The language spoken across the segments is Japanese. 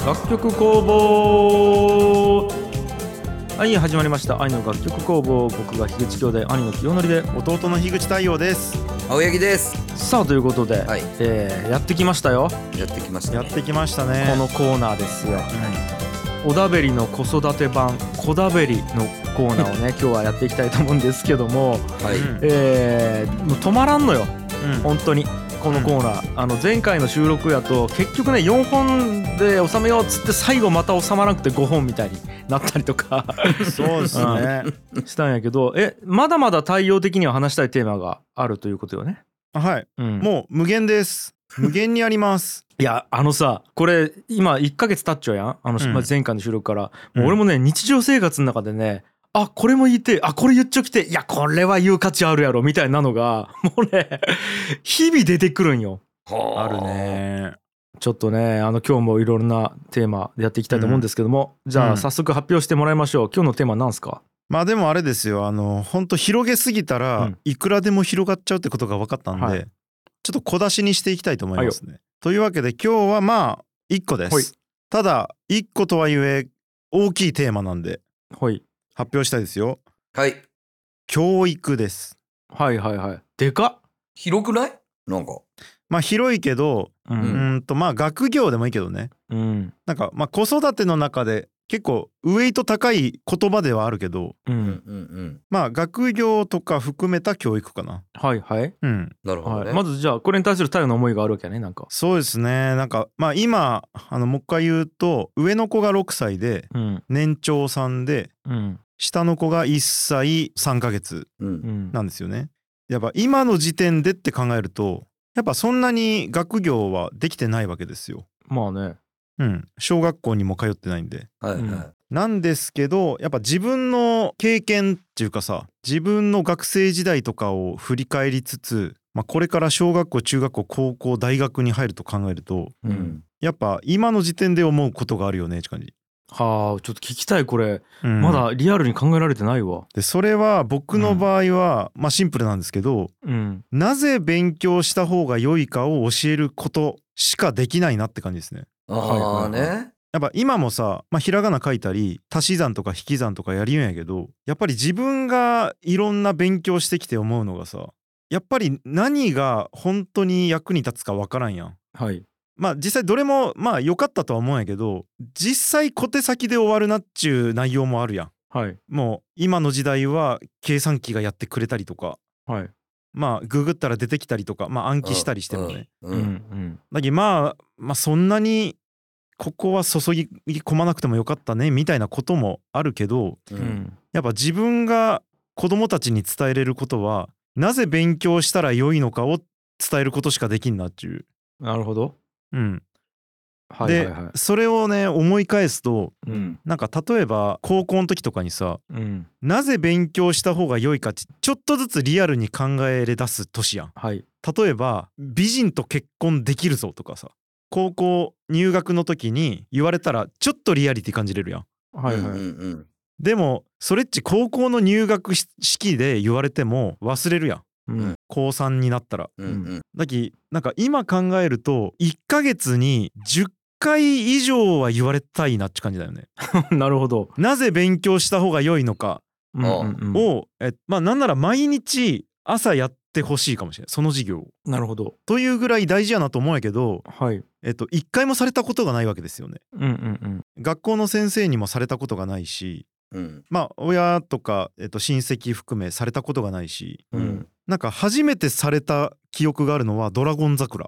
楽曲工房。はい、始まりました。愛の楽曲工房。僕が樋口兄弟、兄の清則で、 弟の樋口太陽です。 青柳です。 さあということで、 はい、 やってきましたよ。 やってきましたね。 やってきましたね。 このコーナーですよ。おだべりの子育て版、こだべりのコーナーをね今日はやっていきたいと思うんですけども、 はい、 もう止まらんのよ、本当にこのコーナー、前回の収録やと結局ね4本で収めようっつって最後また収まらなくて5本みたいになったりとかそうですねしたんやけど、まだまだ対応的には話したいテーマがあるということよね。 はい、もう無限です。無限にありますいやさこれ今1ヶ月経っちゃうやん前回の収録から、もう俺もね日常生活の中でねこれも言いてこれ言っちゃきて、いやこれは言う価値あるやろみたいなのがもうね日々出てくるんよ。 あるね。 ちょっとね今日もいろいろなテーマでやっていきたいと思うんですけども、じゃあ早速発表してもらいましょう。今日のテーマなんすか？ まあでもあれですよ、ほんと広げすぎたら、いくらでも広がっちゃうってことが分かったんで、ちょっと小出しにしていきたいと思いますね。というわけで今日はまあ1個です。ただ1個とはいえ大きいテーマなんで発表したいですよ。 はい。 教育です。 はいはいはい。でかっ。 広くない？なんかまあ広いけど、まあ学業でもいいけどね、なんかまあ子育ての中で結構ウエイト高い言葉ではあるけど、まあ学業とか含めた教育かな。 はいはい、 なるほどね。 まずじゃあこれに対する太陽の思いがあるわけやね。なんかそうですね。なんかまあ今もう一回言うと、上の子が6歳で、年長さんで、下の子が1歳3ヶ月なんですよね。やっぱ今の時点でって考えるとやっぱそんなに学業はできてないわけですよ。 まあね。 小学校にも通ってないんで。なんですけどやっぱ自分の経験っていうかさ、自分の学生時代とかを振り返りつつ、これから小学校中学校高校大学に入ると考えると、やっぱ今の時点で思うことがあるよねって感じ。 はあ、ちょっと聞きたいこれ、まだリアルに考えられてないわ。 でそれは僕の場合は、シンプルなんですけど、なぜ勉強した方が良いかを教えることしかできないなって感じですね。やっぱ今もさ、ひらがな書いたり足し算とか引き算とかやりようんやけど、やっぱり自分がいろんな勉強してきて思うのがさ、やっぱり何が本当に役に立つかわからんやん。実際どれも良かったとは思うんやけど、実際小手先で終わるなっちゅう内容もあるやん。もう今の時代は計算機がやってくれたりとか、ググったら出てきたりとか、暗記したりしてもね。だけどそんなにここは注ぎ込まなくてもよかったねみたいなこともあるけど、やっぱ自分が子供たちに伝えれることは、なぜ勉強したら良いのかを伝えることしかできんなっちゅう。 なるほど。 でそれをね思い返すと、なんか例えば高校の時とかにさ、なぜ勉強した方が良いかってちょっとずつリアルに考えれ出す年やん。例えば美人と結婚できるぞとかさ、高校入学の時に言われたらちょっとリアリティ感じれるやん。でもそれっち高校の入学式で言われても忘れるやん。高3になったら。だきなんか今考えると1ヶ月に10回以上は言われたいなって感じだよね。 なるほど。 なぜ勉強した方が良いのかを、なんなら毎日朝やってほしいかもしれない、その授業を。なるほど。というぐらい大事やなと思うんやけど、一回もされたことがないわけですよね。学校の先生にもされたことがないし、親とか、親戚含めされたことがないし、なんか初めてされた記憶があるのはドラゴン桜。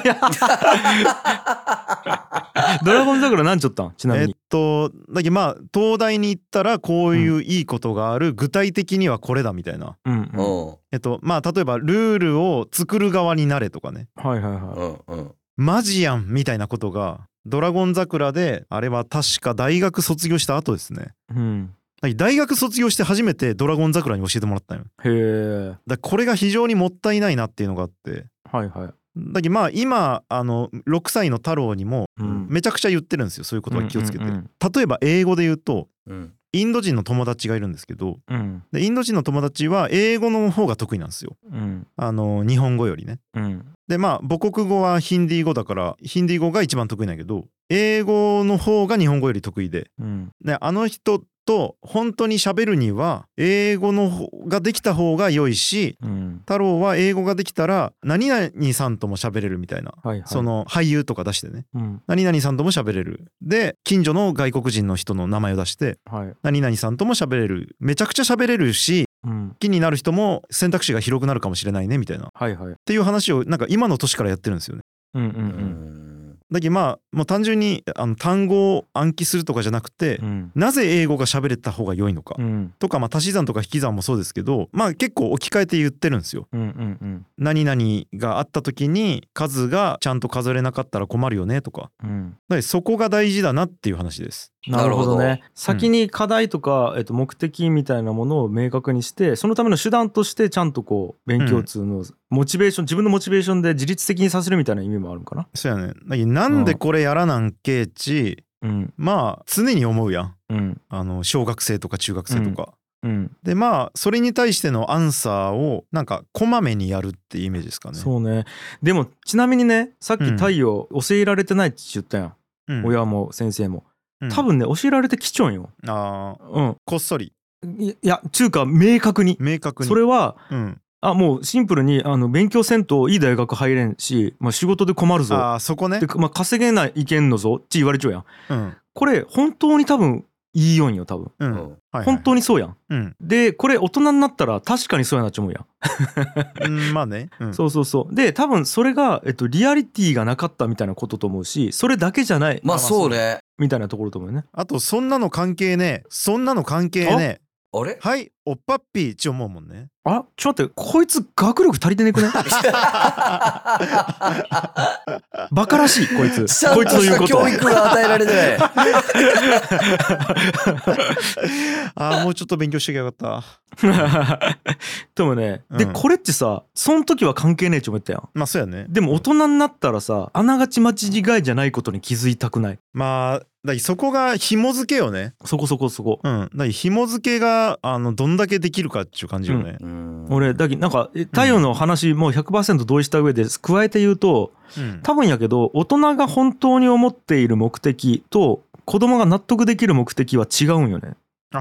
ドラゴン桜なんちょったん？ちなみに。 だけど東大に行ったらこういういいことがある、具体的にはこれだみたいな。例えばルールを作る側になれとかね。マジやんみたいなことがドラゴン桜で、あれは確か大学卒業した後ですね。大学卒業して初めてドラゴン桜に教えてもらったんよ。だこれが非常にもったいないなっていうのがあって、だけど今6歳の太郎にもめちゃくちゃ言ってるんですよ、そういうことは気をつけて。例えば英語で言うと、インド人の友達がいるんですけど、でインド人の友達は英語の方が得意なんですよ、日本語よりね。 でまあ母国語はヒンディー語だからヒンディー語が一番得意なんやけど、英語の方が日本語より得意で、であの人と本当に喋るには英語の方ができた方が良いし、太郎は英語ができたら何々さんとも喋れるみたいな、その俳優とか出してね、何々さんとも喋れる。で近所の外国人の人の名前を出して、何々さんとも喋れる、めちゃくちゃ喋れるし、気になる人も選択肢が広くなるかもしれないねみたいな、っていう話をなんか今の年からやってるんですよね。だけどまあもう単純に単語を暗記するとかじゃなくて、なぜ英語が喋れた方が良いのか、とか、まあ足し算とか引き算もそうですけど、まあ結構置き換えて言ってるんですよ。何々があった時に数がちゃんと数えれなかったら困るよねとか、だからそこが大事だなっていう話です。 なるほどね。先に課題とか、目的みたいなものを明確にして、そのための手段としてちゃんとこう勉強通のモチベーション、自分のモチベーションで自律的にさせるみたいな意味もあるんかな。 そうやね。なんでこれやらなんけち、まあ常に思うやん、小学生とか中学生とか、でまあそれに対してのアンサーをなんかこまめにやるっていうイメージですかね。 そうね。でもちなみにね、さっき太陽教えられてないって言ったやん、親も先生も。多分ね教えられてきちょんよ。 こっそり。 いやちゅうか明確に。それは、もうシンプルに勉強せんといい大学入れんし、まあ、仕事で困るぞ。 そこね。 で、まあ、稼げないいけんのぞって言われちゃうやん。これ本当に多分いいよんよ多分。本当にそうやん。でこれ大人になったら確かにそうやなっちゃ思うやん。 まあね。 そうそうそう。で多分それがリアリティがなかったみたいなことと思うし、それだけじゃない。 まあそうね。 みたいなところと思うね。 あとそんなの関係ねえ。 あれ？ はい、おっぱっぴーって思うもんね。 ちょっと待って、こいつ学力足りてねくねバカらしい、こいつ。こいつの言うこと。 教育が与えられてない。もうちょっと勉強してきゃよかった。 でもね、でこれってさ、その時は関係ねえって思ったやん。 まあそうやね。 でも大人になったらさ、あながち間違いじゃないことに気づいたくない？ まあそこが紐付けよね。 そこ。 紐付けがどんだけできるかっていう感じよね。 俺だけなんか太陽の話もう 100% 同意した上で加えて言うと、多分やけど大人が本当に思っている目的と子供が納得できる目的は違うんよね。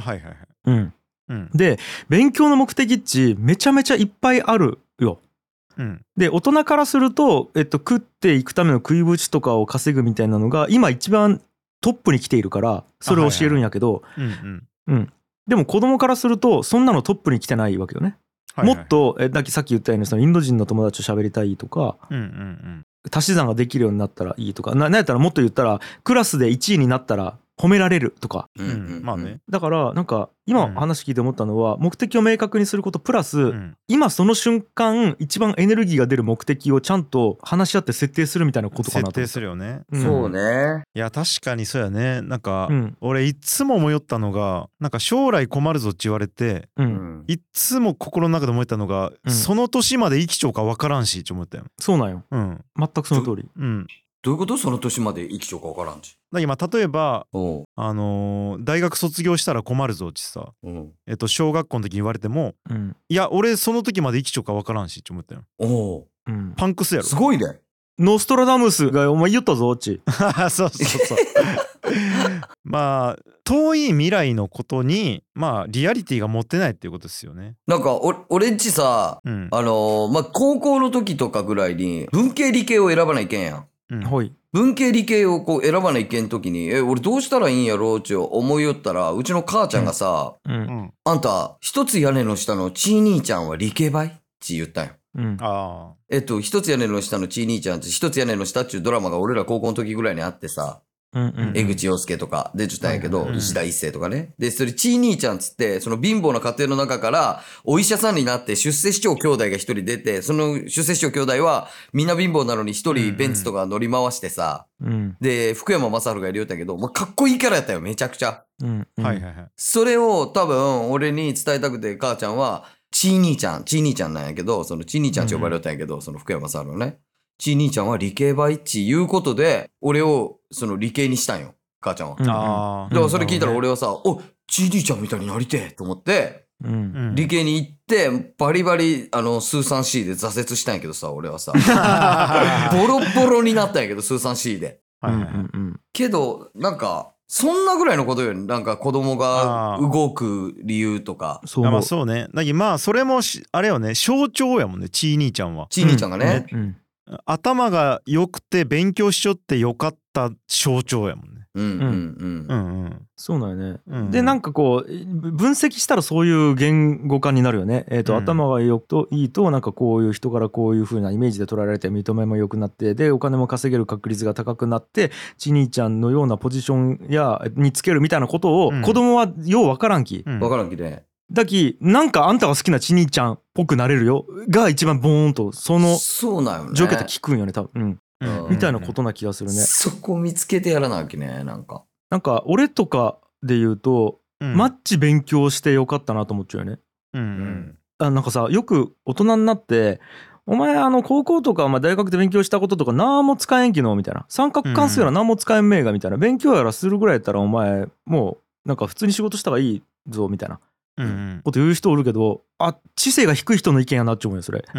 で勉強の目的っちめちゃめちゃいっぱいあるよ。で大人からすると、食っていくための食いぶちとかを稼ぐみたいなのが今一番トップに来ているからそれを教えるんやけど、でも子供からするとそんなのトップに来てないわけよね。もっとさっき言ったようにそのインド人の友達と喋りたいとか、足し算ができるようになったらいいとか、なんやったらもっと言ったらクラスで1位になったら褒められるとか、 まあね。 だからなんか今話聞いて思ったのは、目的を明確にすることプラス、今その瞬間一番エネルギーが出る目的をちゃんと話し合って設定するみたいなことかなと。 設定するよね。 そうね。 いや確かにそうやね。なんか、俺いつも思いよったのが、なんか将来困るぞって言われて、いつも心の中で思ったのが、その年まで生きちゃうか分からんしって思ったよ。 そうなんよ。全くその通り。 どういうこと？その年まで生きちゃうか分からんし。 今例えば大学卒業したら困るぞってさ、小学校の時に言われても、いや俺その時まで生きちゃうか分からんしって思ったよ。パンクスやろ。 すごいね。 ノストラダムスがお前言ったぞっち。 そうまあ遠い未来のことにまあリアリティが持ってないっていうことですよね。 なんか俺んちさ、高校の時とかぐらいに文系理系を選ばないけんやん。文系理系をこう選ばないけん時に俺どうしたらいいんやろうって思いよったら、うちの母ちゃんがさ、あんた一つ屋根の下のちい兄ちゃんは理系ばいって言ったんよ。一つ屋根の下のちい兄ちゃんって、一つ屋根の下っていうドラマが俺ら高校の時ぐらいにあってさ、江口洋介とか出てたんやけど、石田一生とかね。で、それちい兄ちゃんつって、その貧乏な家庭の中からお医者さんになって出世市長兄弟が一人出て、その出世市長兄弟はみんな貧乏なのに一人ベンツとか乗り回してさ、で、福山雅治がやりよったけど、かっこいいキャラやったよ、めちゃくちゃ。それを多分俺に伝えたくて、母ちゃんは、ちい兄ちゃんなんやけど、そのちい兄ちゃんって呼ばれたんやけど、その福山雅治のね。ちい兄ちゃんは理系ばいっていうことで、俺をその理系にしたんよ、母ちゃんは。だからそれ聞いたら俺はさ、ちい兄ちゃんみたいになりてえと思って、 理系に行ってバリバリ数 3C で挫折したんやけどさ、俺はさボロボロになったんやけど数 3C で、けどなんかそんなぐらいのことよりなんか子供が動く理由とか。 まあそうね。だけどまあそれもあれよね、象徴やもんね、ちい兄ちゃんは。 ちい兄ちゃんがね、 頭が良くて勉強しちょってよかった象徴やもんね。 そうなんよね。でなんかこう分析したらそういう言語化になるよね。頭がよくといいとなんかこういう人からこういう風なイメージで捉えられて認めも良くなって、でお金も稼げる確率が高くなって、ち兄ちゃんのようなポジションやにつけるみたいなことを子供はよう分からんき。 分からんきね。 だきなんかあんたが好きなち兄ちゃんっぽくなれるよが一番ボーンとその状況って聞くんよね多分。みたいなことな気がするね。 そこ見つけてやらなきゃね。 なんか俺とかで言うと、マッチ勉強してよかったなと思っちゃうよね。なんかさ、よく大人になってお前高校とか大学で勉強したこととか何も使えんきのみたいな、三角関数やら何も使えんめえがみたいな、勉強やらするぐらいやったらお前もうなんか普通に仕事した方がいいぞみたいなこと言う人おるけど、知性が低い人の意見やなっちゅうもんよそれ。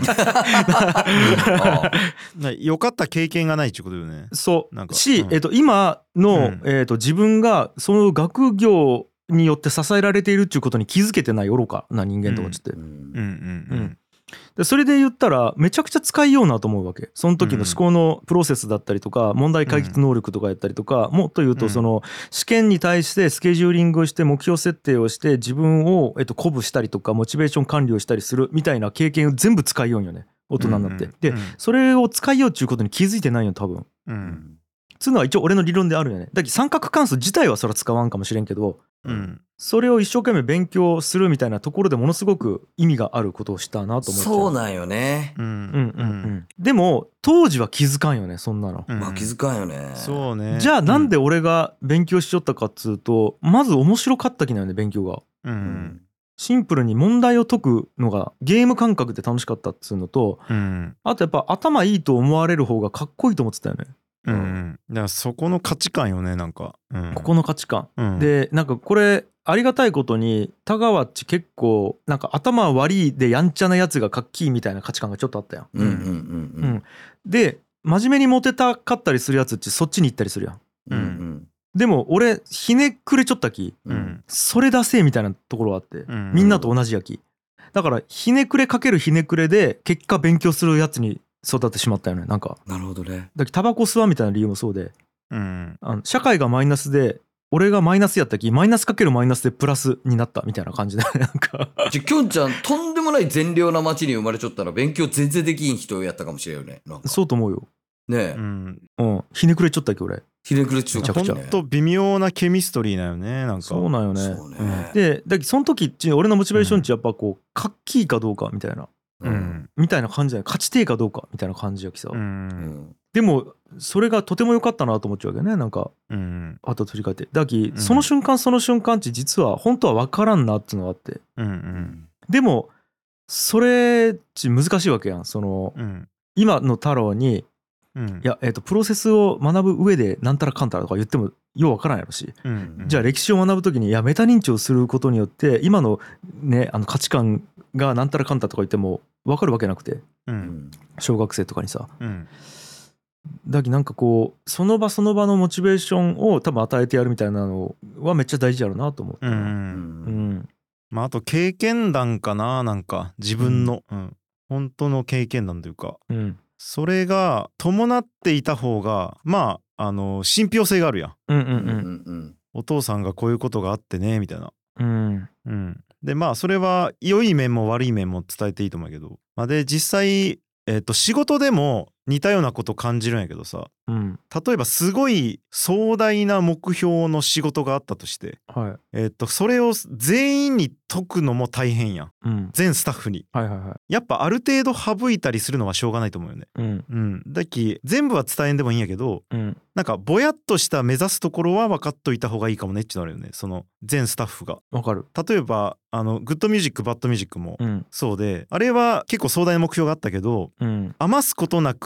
よかった経験がないっていうことよね。 そうなんかし、今の、自分がその学業によって支えられているっていうことに気づけてない愚かな人間とかつって、でそれで言ったらめちゃくちゃ使いようなと思うわけ。その時の思考のプロセスだったりとか問題解決能力とかやったりとか、もっと言うとその試験に対してスケジューリングをして目標設定をして自分を鼓舞したりとかモチベーション管理をしたりするみたいな経験を全部使いようよね大人になって。でそれを使いようっていうことに気づいてないよ多分。つうのは一応俺の理論であるよね。だけど三角関数自体はそれは使わんかもしれんけど、それを一生懸命勉強するみたいなところでものすごく意味があることをしたなと思っちゃう。 そうなんよね。 でも当時は気づかんよねそんなの。 まあ気づかんよね。 そうね。 じゃあなんで俺が勉強しちゃったかっつうと、まず面白かった気なんよね勉強が。シンプルに問題を解くのがゲーム感覚で楽しかったっつうのと、あとやっぱ頭いいと思われる方がかっこいいと思ってたよね。 だからそこの価値観よねなんか、 ここの価値観、でなんかこれありがたいことに田川っち結構なんか頭悪いでやんちゃなやつがかっきいみたいな価値観がちょっとあったやん。で真面目にモテたかったりするやつっちそっちに行ったりするやん。でも俺ひねくれちょったき、それだせえみたいなところがあって、みんなと同じやき。だからひねくれかけるひねくれで結果勉強するやつに育ってしまったよねなんか。 なるほどね。 だけどタバコ吸わんみたいな理由もそうで、社会がマイナスで俺がマイナスやったきマイナスかけるマイナスでプラスになったみたいな感じだねなんか。 じゃきょんちゃんとんでもない善良な町に生まれちゃったら勉強全然できん人やったかもしれんよね。 そうと思うよねえ。ひねくれちゃったっけ俺。 ひねくれちゃった。 ほんと微妙なケミストリーなよねなんか。 そうなんよね。でだけどその時っち俺のモチベーション値やっぱこうかっきいかどうかみたいな。みたいな感じだよ。勝ちてえかどうかみたいな感じやきさ。でもそれがとても良かったなと思っちゃうわけねなんか。後取り替えてだきその瞬間その瞬間って実は本当は分からんなっていうのがあって、でもそれっち難しいわけやん。その、今の太郎に、いやプロセスを学ぶ上でなんたらかんたらとか言ってもよう分からんやろし、じゃあ歴史を学ぶ時にいやメタ認知をすることによって今のね価値観がなんたらかんたとか言っても分かるわけなくて、小学生とかにさ、だけどなんかこうその場その場のモチベーションを多分与えてやるみたいなのはめっちゃ大事やろなと思って。 まああと経験談かななんか自分の、本当の経験談というか、それが伴っていた方がまあ信憑性があるやん。お父さんがこういうことがあってねみたいな。でまあそれは良い面も悪い面も伝えていいと思うけど、で実際仕事でも似たようなこと感じるんやけどさ、例えばすごい壮大な目標の仕事があったとして、それを全員に解くのも大変やん、全スタッフに、やっぱある程度省いたりするのはしょうがないと思うよね。だっき全部は伝えんでもいいんやけど、なんかぼやっとした目指すところは分かっといた方がいいかもねってなるよね、その全スタッフが。 分かる。 例えばグッドミュージックバッドミュージックもそうで、あれは結構壮大な目標があったけど、余すことなく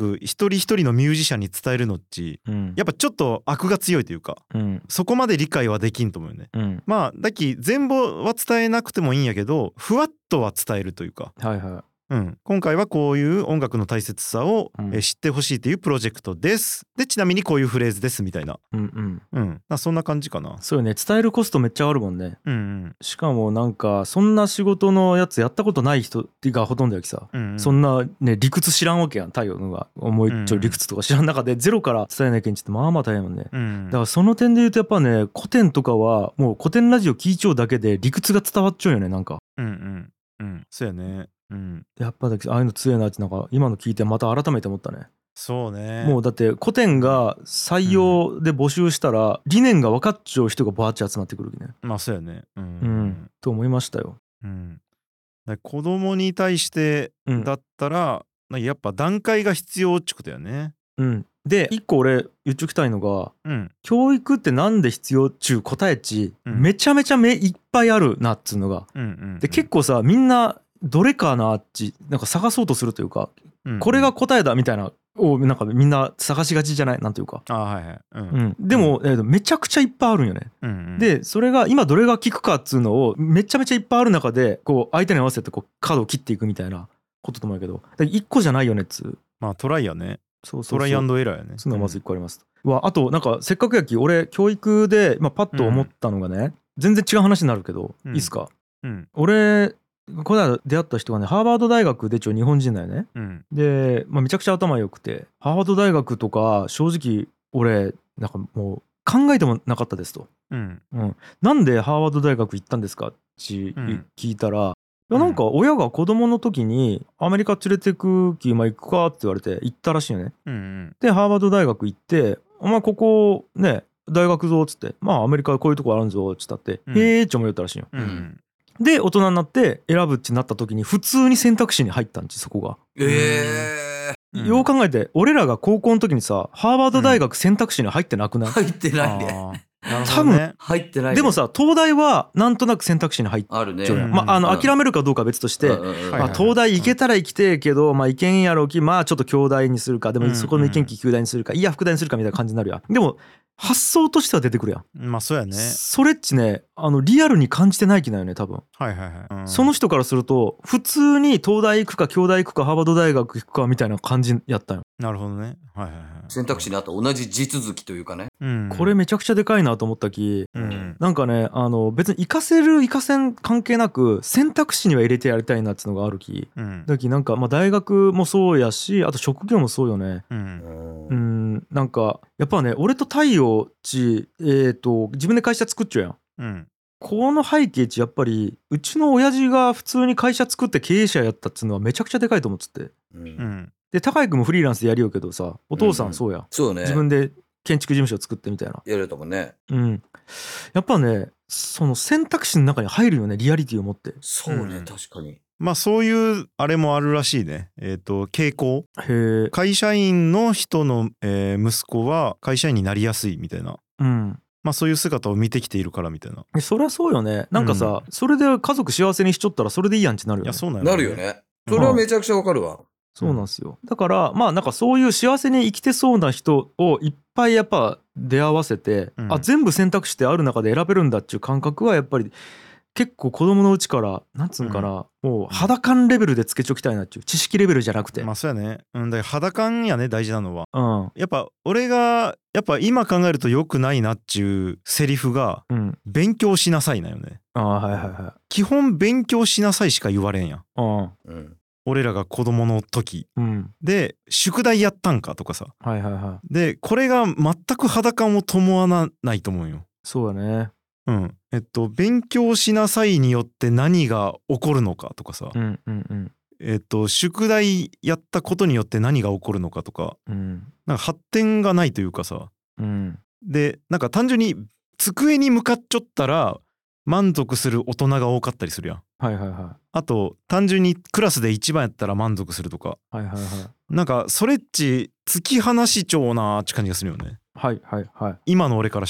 楽一人一人のミュージシャンに伝えるのっち、やっぱちょっと悪が強いというか、そこまで理解はできんと思うよね。まあだき全部は伝えなくてもいいんやけど、ふわっとは伝えるというか、今回はこういう音楽の大切さを知ってほしいというプロジェクトです。でちなみにこういうフレーズですみたいな。そんな感じかな。 そうよね、伝えるコストめっちゃあるもんね。しかもなんかそんな仕事のやつやったことない人がほとんどやきさ、そんなね理屈知らんわけやん。太陽のが思い理屈とか知らん中でゼロから伝えなきゃいけんちってまあまあ大変もんね。だからその点で言うとやっぱね、古典とかはもう古典ラジオ聞いちゃうだけで理屈が伝わっちゃうよね、なんか。 そうやね。 やっぱだけああいうの強いなってなんか今の聞いてまた改めて思ったね。 そうね。 もうだって古典が採用で募集したら理念が分かっちゃう人がバーッチ集まってくるわけね。 まあそうやね。 と思いましたよ。 子供に対してだったら、やっぱ段階が必要ってことやね。 で一個俺言っちょきたいのが、教育ってなんで必要っちゅう答えっち、めちゃめちゃ目いっぱいあるなっつうのが、で結構さみんなどれかなっちなんか探そうとするというか、これが答えだみたいなをなんかみんな探しがちじゃないなんていうか。でも、めちゃくちゃいっぱいあるんよね。でそれが今どれが効くかっつうのをめちゃめちゃいっぱいある中でこう相手に合わせてこうカードを切っていくみたいなことと思うけど、一個じゃないよねっつう。 まあトライやね。 そうトライアンドエラーやね。 そんなまず1個あります。あとなんかせっかくやき俺教育で、パッと思ったのがね、全然違う話になるけど、いいっすか。俺この間出会った人がねハーバード大学で日本人だよね。で、めちゃくちゃ頭良くて、ハーバード大学とか正直俺なんかもう考えてもなかったですと。なんでハーバード大学行ったんですかって聞いたら、なんか親が子供の時にアメリカ連れてく気行くかって言われて行ったらしいよね。でハーバード大学行って「お前ここね大学ぞ」っつって「アメリカこういうとこあるんぞ」っつったって「へえ」って思ったらしいよ。で大人になって選ぶってなった時に普通に選択肢に入ったんち、そこが。よう考えて俺らが高校の時にさハーバード大学選択肢に入ってなくない？ 入ってないね。 多分入ってない、ね、 でもさ東大はなんとなく選択肢に入っちゃう。 あるね。 諦めるかどうかは別として、東大行けたら行きてえけど、行けんやろうき、ちょっと京大にするか、でもそこの行けんき京大にするか、いや副大にするかみたいな感じになるやん。でも発想としては出てくるやん。 まあそうやね。 それっちねリアルに感じてない気なんよね多分。その人からすると普通に東大行くか京大行くかハーバード大学行くかみたいな感じやったんよ。 なるほどね。 選択肢にあった同じ地続きというかね。 これめちゃくちゃでかいなと思ったき、なんかね別に行かせる行かせん関係なく選択肢には入れてやりたいなっていうのがあるき、だきなんか大学もそうやし、あと職業もそうよね。なんかやっぱね俺と太陽自分で会社作っちゃうやん。この背景値やっぱりうちの親父が普通に会社作って経営者やったっつうのはめちゃくちゃでかいと思っつって、で高井君もフリーランスでやるよけどさ、お父さんそうや、 そうね、 自分で建築事務所作ってみたいなやれたもんね。 やっぱねその選択肢の中に入るよね、リアリティを持って。 そうね、確かに。 そういうあれもあるらしいね。傾向。会社員の人の、息子は会社員になりやすいみたいな。そういう姿を見てきているからみたいな。 そりゃそうよね。なんかさ、それで家族幸せにしちょったらそれでいいやんってなるよね。 いやそうなるよね。それはめちゃくちゃわかるわ。 そうなんですよ。だからなんかそういう幸せに生きてそうな人をいっぱいやっぱ出会わせて、全部選択肢ってある中で選べるんだっていう感覚はやっぱり結構子供のうちからなんつうんかな、もう肌感レベルでつけちょきたいなっていう、知識レベルじゃなくて。 そうやね。だから肌感やね大事なのは。やっぱ俺がやっぱ今考えると良くないなっていうセリフが、勉強しなさいなよね。基本勉強しなさいしか言われんやん。俺らが子供の時、で宿題やったんかとかさ、でこれが全く肌感を伴わないと思うよ。 そうだね。 勉強しなさいによって何が起こるのかとかさ、宿題やったことによって何が起こるのかとか、なんか発展がないというかさ、でなんか単純に机に向かっちゃったら満足する大人が多かったりするやん。あと単純にクラスで一番やったら満足するとか、なんかそれっち突き放しちゃうなーって感じがするよね。今の俺からしたら。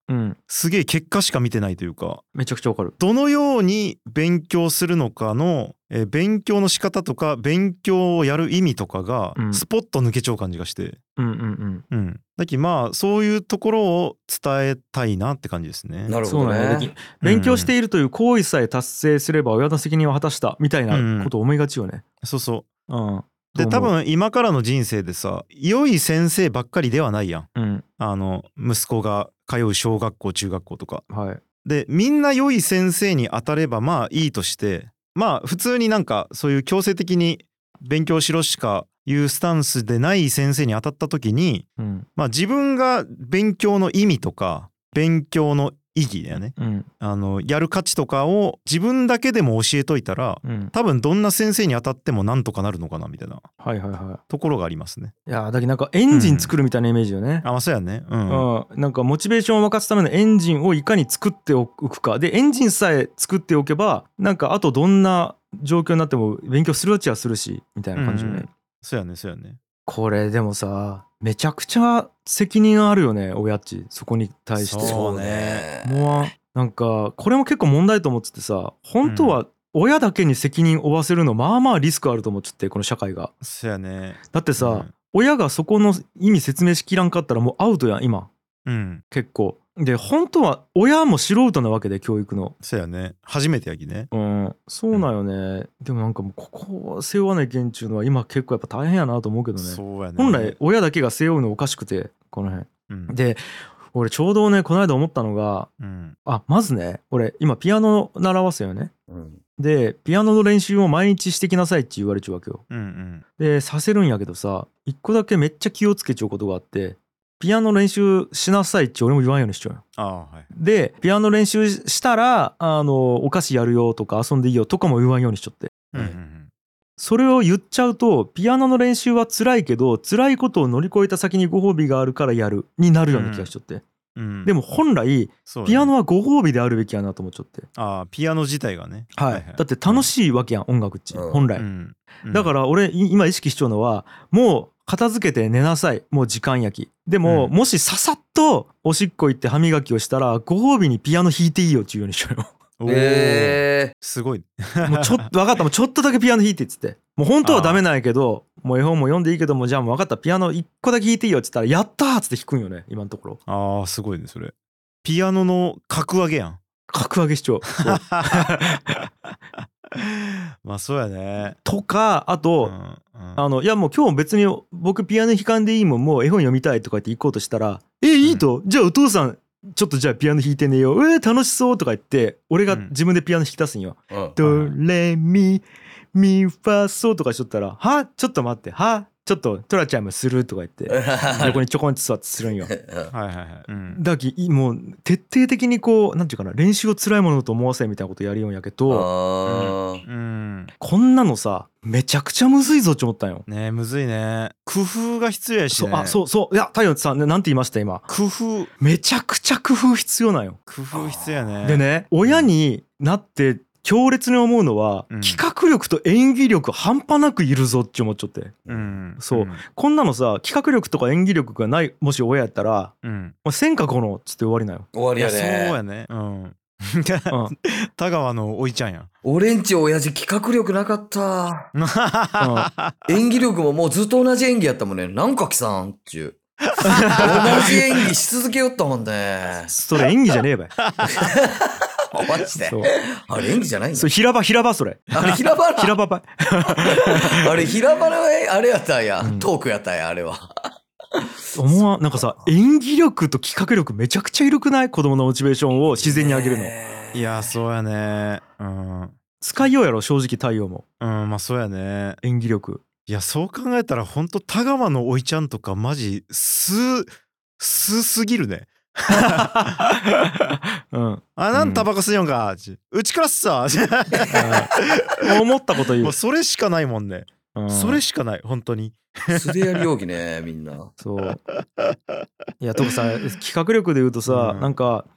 すげえ結果しか見てないというか、 めちゃくちゃわかる。 どのように勉強するのかの、勉強の仕方とか勉強をやる意味とかがスポッと抜けちゃう感じがして、だけどまあそういうところを伝えたいなって感じですね。 なるほどね。 勉強しているという行為さえ達成すれば親の責任を果たしたみたいなことを思いがちよね。 そうそう。で多分今からの人生でさ、良い先生ばっかりではないやん。息子が通う小学校中学校とか。でみんな良い先生に当たればまあいいとして、まあ普通になんかそういう強制的に勉強しろしかいうスタンスでない先生に当たった時に、まあ自分が勉強の意味とか勉強の意義だよね、やる価値とかを自分だけでも教えといたら、多分どんな先生に当たってもなんとかなるのかなみたいなところがありますね。 いやだけどなんかエンジン作るみたいなイメージよね。 まあそうやね。 なんかモチベーションを沸かすためのエンジンをいかに作っておくかで、エンジンさえ作っておけばなんかあとどんな状況になっても勉強するうちはするしみたいな感じよね。 そうやねそうやね。 これでもさめちゃくちゃ責任あるよね親っち、そこに対して。 そうね。 もうなんかこれも結構問題と思っててさ、本当は親だけに責任を負わせるのまあまあリスクあると思っちゃって、この社会が。 そうやね。 だってさ、親がそこの意味説明しきらんかったらもうアウトやん今。結構で本当は親も素人なわけで教育の。 そうやね。初めてやきね。 そうなんよね。でもなんかもうここを背負わないけんっちゅうのは今結構やっぱ大変やなと思うけどね。 そうやね。 本来親だけが背負うのおかしくてこの辺、で俺ちょうどねこの間思ったのが、まずね俺今ピアノ習わせよね、でピアノの練習を毎日してきなさいって言われちゃうわけよ、でさせるんやけどさ、一個だけめっちゃ気をつけちゃうことがあって、ピアノ練習しなさいって俺も言わんようにしちゃうよ。でピアノ練習したらお菓子やるよとか遊んでいいよとかも言わんようにしちゃって、それを言っちゃうとピアノの練習は辛いけど辛いことを乗り越えた先にご褒美があるからやるになるような気がしちゃって、でも本来ピアノはご褒美であるべきやなと思っちゃって。 ピアノ自体がね、 だって楽しいわけやん、音楽っち本来、だから俺今意識しちゃうのはもう片付けて寝なさい、もう時間やき。でも、もしささっとおしっこ行って歯磨きをしたらご褒美にピアノ弾いていいよっていうようにしようよ。 すごい。 もうちょっと分かった、もうちょっとだけピアノ弾いてっつって、もう本当はダメなんやけどもう絵本も読んでいいけどもじゃあもう分かったピアノ1個だけ弾いていいよっつったらやったーっつって弾くんよね今のところ。 すごいねそれ。ピアノの格上げやん。 格上げしちゃう。 まあそうやね。 とかあと、いやもう今日別に僕ピアノ弾かんでいいもん、もう絵本読みたいとか言って行こうとしたらいいと、じゃあお父さんちょっとじゃあピアノ弾いてねよ、楽しそうとか言って俺が自分でピアノ弾き出すんよ、ドレミミファソとかしとったらはちょっと待ってはちょっとトラちゃんもするとか言って横にちょこんと座ってするんよ。だきもう徹底的にこうなんていうかな、練習を辛いものだと思わせみたいなことやるよんやけど、こんなのさめちゃくちゃむずいぞって思ったんよね。むずいね。工夫が必要やしね。 そういや太陽さんなんて言いました今。 工夫。 めちゃくちゃ工夫必要なんよ。 工夫必要やね。 でね親になって強烈に思うのは、企画力と演技力半端なくいるぞって思っちゃって、こんなのさ企画力とか演技力がないもし親やったら、せんかこのっつって終わりなよ。 終わりやね。 そうやね。田川のおいちゃんや。 俺んち親父企画力なかった。演技力ももうずっと同じ演技やったもんね。なんかきさんっちゅう。同じ演技し続けよったもんね。 それ演技じゃねえばい。 マジで。あれ演技じゃないんだ。 そう平場それ。 あれ平場平場ばい。 あれ平場のあれやったんや、トークやったんやあれは。 思わんなんかさ演技力と企画力めちゃくちゃ緩くない？子供のモチベーションを自然に上げるの。 いやそうやね。 使いようやろ正直太陽も。 まあそうやね。 演技力。 いやそう考えたらほんと田川のおいちゃんとかマジすぎるね。なんタバコ吸いよんか、うちからっさ思ったこと言う。 もうそれしかないもんね。それしかない本当に。 素でやりようきねみんな。 そういやとかさ企画力で言うとさ、なんか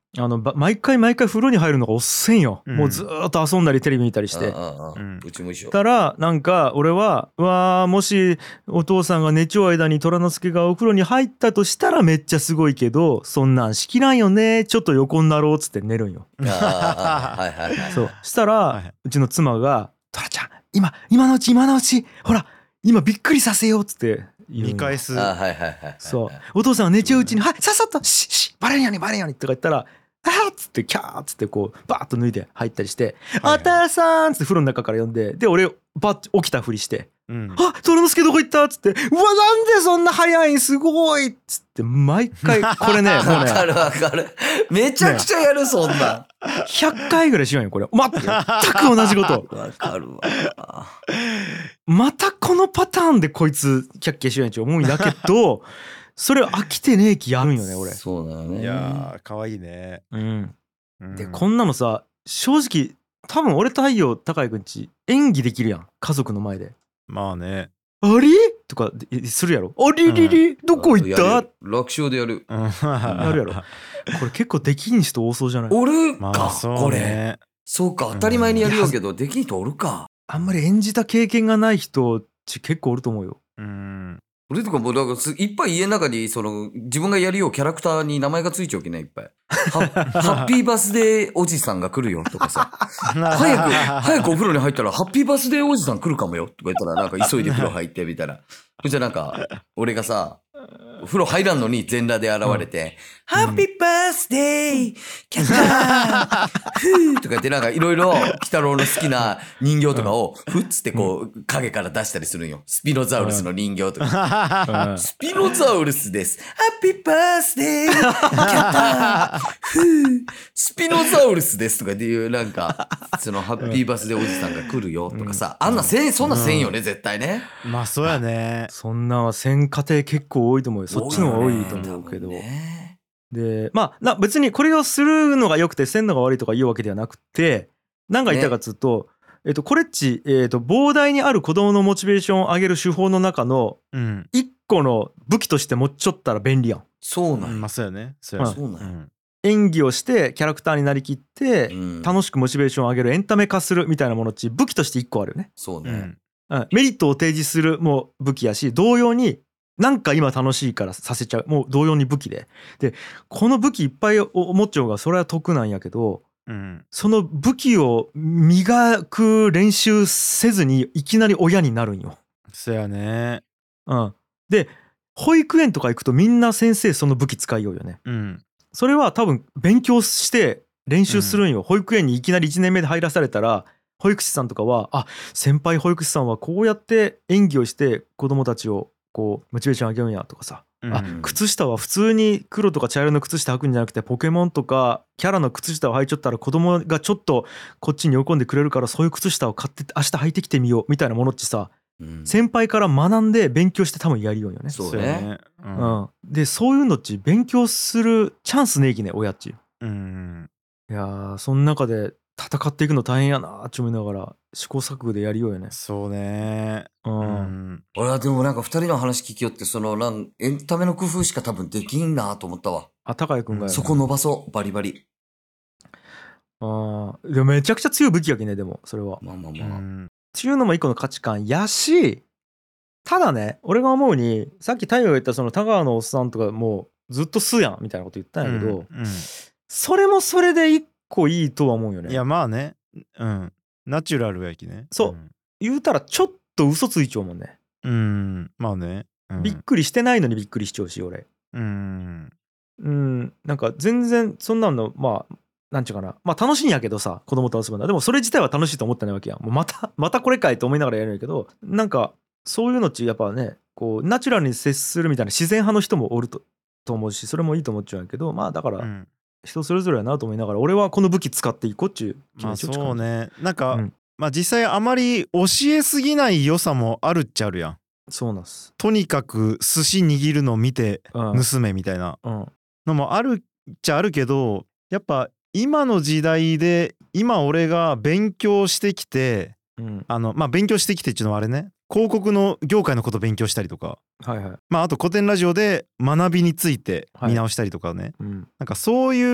毎回風呂に入るのがおっせんよ、もうずっと遊んだりテレビ見たりして、 うちも一緒。 たらなんか俺はもしお父さんが寝ちゃう間に虎之助がお風呂に入ったとしたらめっちゃすごいけど、そんなんしきらんよね、ちょっと横になろうっつって寝るんよ。そうしたらうちの妻が「虎ちゃん今のうちほら今びっくりさせよう」っつって見返す。 そうお父さんが寝ちゃううちに「はいさっさとバレんように」とか言ったら「あっ」つってキャーっつってこうバーッと脱いで入ったりして「お父さん」っつって風呂の中から呼んで、で俺バッ起きたふりして「あっ虎之助どこ行った?」っつって「うわなんでそんな早いんすごい」っつって毎回これねもうねわかるめちゃくちゃやるそんな 100回ぐらいしようよこれ。全く同じこと。 わかるわ。 またこのパターンでこいつキャッキャしようやんち思うんだけどそれ飽きてねえ気やるんよね俺。 そうだよね。 いやーかわいいね。 でこんなのさ正直多分俺と太陽高井くんち演技できるやん家族の前で。 まあね。 あれとかするやろ。ありりりどこ行った？ 楽勝でやる。 やるやろ。これ結構できん人多そうじゃない？ 俺か、 まあそうね、 これ。そうか当たり前にやるよけどできん人おるか。 あんまり演じた経験がない人結構おると思うよ。 俺とかもうなんかいっぱい家の中にその自分がやるようキャラクターに名前がついちゃうけないいっぱい。ハッピーバースデーおじさんが来るよとかさ。早くお風呂に入ったらハッピーバースデーおじさん来るかもよとか言ったらなんか急いで風呂入ってみたいな。じゃあなんか俺がさ風呂入らんのに全裸で現れて、ハッピーバースデーキャッターフーとか言ってなんかいろいろ鬼太郎の好きな人形とかをふっつってこう影から出したりするんよ。スピノザウルスの人形とか。スピノザウルスです。ハッピーバースデーキャッターフースピノザウルスですとかっていうなんかそのハッピーバースデーおじさんが来るよとかさ、そんなせんよね絶対ね。 まあそうやね。 そんなせん家庭結構多いと思うよ。そっちの方が多いと思うけど。でまあ別にこれをするのが良くてせんのが悪いとか言うわけではなくて、何が言いたいかっつうと、これっち、膨大にある子供のモチベーションを上げる手法の中の一個の武器として持っちょったら便利やん。 そうなんや。 まあそうやね。そうなんや。 演技をしてキャラクターになりきって楽しくモチベーションを上げるエンタメ化するみたいなものっち武器として一個あるよね。 そうね。 メリットを提示するも武器やし、同様になんか今楽しいからさせちゃうもう同様に武器で、この武器いっぱい持っちゃうがそれは得なんやけど、その武器を磨く練習せずにいきなり親になるんよ。 そうやね。 で保育園とか行くとみんな先生その武器使いようよね。それは多分勉強して練習するんよ。保育園にいきなり1年目で入らされたら保育士さんとかは先輩保育士さんはこうやって演技をして子供たちをこうモチベーション上げるんやとかさ、靴下は普通に黒とか茶色の靴下履くんじゃなくてポケモンとかキャラの靴下を履いちゃったら子供がちょっとこっちに喜んでくれるからそういう靴下を買って明日履いてきてみようみたいなものってさ、先輩から学んで勉強して多分やるようよね。 そうね。 でそういうのっち勉強するチャンスねえきね親っち。いやその中で戦っていくの大変やなって思いながら試行錯誤でやりようよね。 そうね。 俺はでもなんか2人の話聞きよってそのエンタメの工夫しか多分できんなと思ったわ。 高井くんがそこ伸ばそうバリバリ。 でもめちゃくちゃ強い武器やけね。でもそれはっていうのも一個の価値観やし、ただね俺が思うにさっき太陽が言ったその田川のおっさんとかもうずっとすやんみたいなこと言ったんやけど、それもそれで一個いいとは思うよね。 いやまあね、ナチュラルやきね。 そう、言うたらちょっと嘘ついちゃうもんね。 まあね、 びっくりしてないのにびっくりしちゃうし俺。なんか全然そんなのなんちゅうかな、楽しいんやけどさ子供と遊ぶのは。でもそれ自体は楽しいと思ってないわけやん。もうまたこれかいと思いながらやるんやけど、なんかそういうのっちやっぱねこうナチュラルに接するみたいな自然派の人もおると思うし、それもいいと思っちゃうんやけど、だから、人それぞれやなと思いながら俺はこの武器使っていこうっちゅう気持ちを。 そうね。なんか、実際あまり教えすぎない良さもあるっちゃあるやん。 そうなんす。 とにかく寿司握るの見て盗めみたいなのもあるっちゃあるけど、やっぱ今の時代で今俺が勉強してきて、勉強してきてっていうのはあれね、広告の業界のこと勉強したりとか、あと古典ラジオで学びについて見直したりとかね、なんかそういう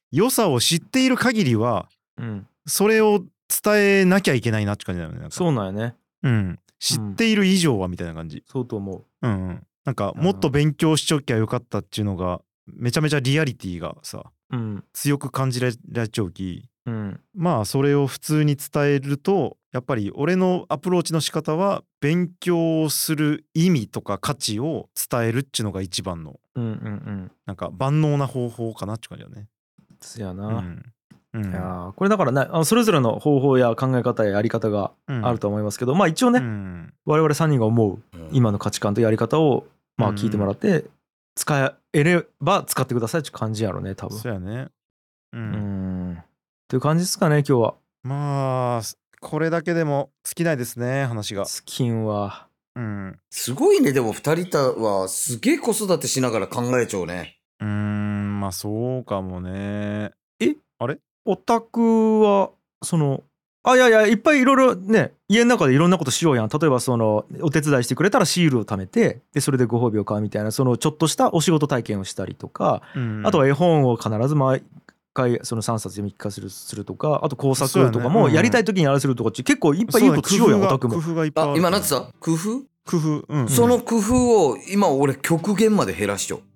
良さを知っている限りは、それを伝えなきゃいけないなって感じだよね。 そうなんやね。 知っている以上はみたいな感じ。 そうと思う。 なんかもっと勉強しちょきゃよかったっていうのがめちゃめちゃリアリティがさ、強く感じられちゃうき、まあそれを普通に伝えるとやっぱり俺のアプローチの仕方は勉強する意味とか価値を伝えるっていうのが一番の、なんか万能な方法かなって感じだね。 そやな。いやこれだからね、それぞれの方法や考え方ややり方があると思いますけど、まあ一応ね、我々3人が思う今の価値観とやり方をまあ聞いてもらって使えれば使ってくださいって感じやろね、多分。 そうやね。 という感じですかね、今日は。 まあこれだけでも尽きないですね、話が。 尽きんわ。 すごいね。でも2人はすげえ子育てしながら考えちゃうね。 まあそうかもね。あれオタクはそのいやいっぱいいろいろね、家の中でいろんなことしようやん。例えばそのお手伝いしてくれたらシールを貯めて、でそれでご褒美を買うみたいな、そのちょっとしたお仕事体験をしたりとか、あとは絵本を必ず毎回その3冊読み聞かせするとか、あと工作とかもやりたい時にやらせるとかって結構いっぱいいいことしようやん、オタクも。 工夫がいっぱいある。 今何つった？工夫？ 工夫。 その工夫を今俺極限まで減らしちゃう。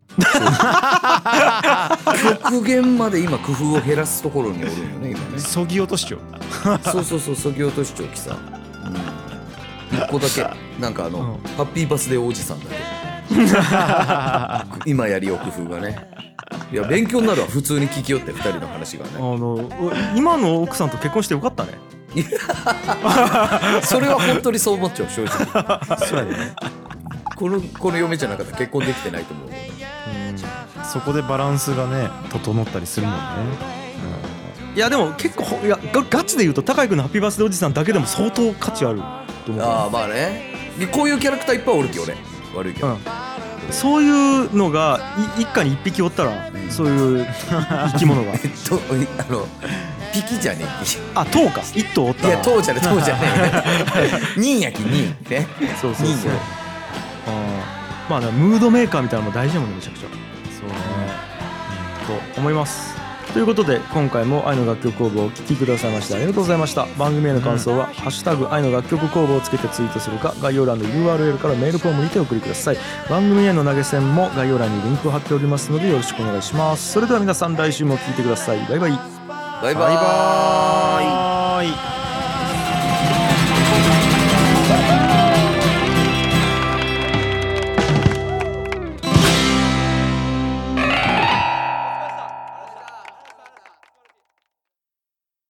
極限まで今工夫を減らすところにおるんよね、今ね。 そぎ落としちゃう。 そうそぎ落としちゃうきさ。一個だけなんかハッピーバスデーおじさんだけ。今やりよう工夫がね。いや勉強になるわ、普通に聞きよって2人の話がね。 今の奥さんと結婚してよかったね。 それは本当にそう思っちゃう、正直。 そうやね。 この嫁じゃなかったら結婚できてないと思う。 そこでバランスがね整ったりするもんね。 いやでも結構ガチで言うと高井君のハッピーバースデーおじさんだけでも相当価値あると思う。 まあね。こういうキャラクターいっぱいおるき俺。悪いけど。 そういうのが一家に一匹おったら、そういう生き物がピキじゃねえ。頭か。一頭おったら。 いや頭じゃねえ。人やき人ね。 そう。まあね、ムードメーカーみたいなのも大事なもんね、めちゃくちゃ。 そうね。 と思います。ということで今回も愛の楽曲工房をお聴きくださいましてありがとうございました。番組への感想はハッシュタグ愛の楽曲工房をつけてツイートするか、概要欄の URL からメールフォームにてお送りください。番組への投げ銭も概要欄にリンクを貼っておりますのでよろしくお願いします。それでは皆さん来週も聴いてください。バイバイ。 バイバイ。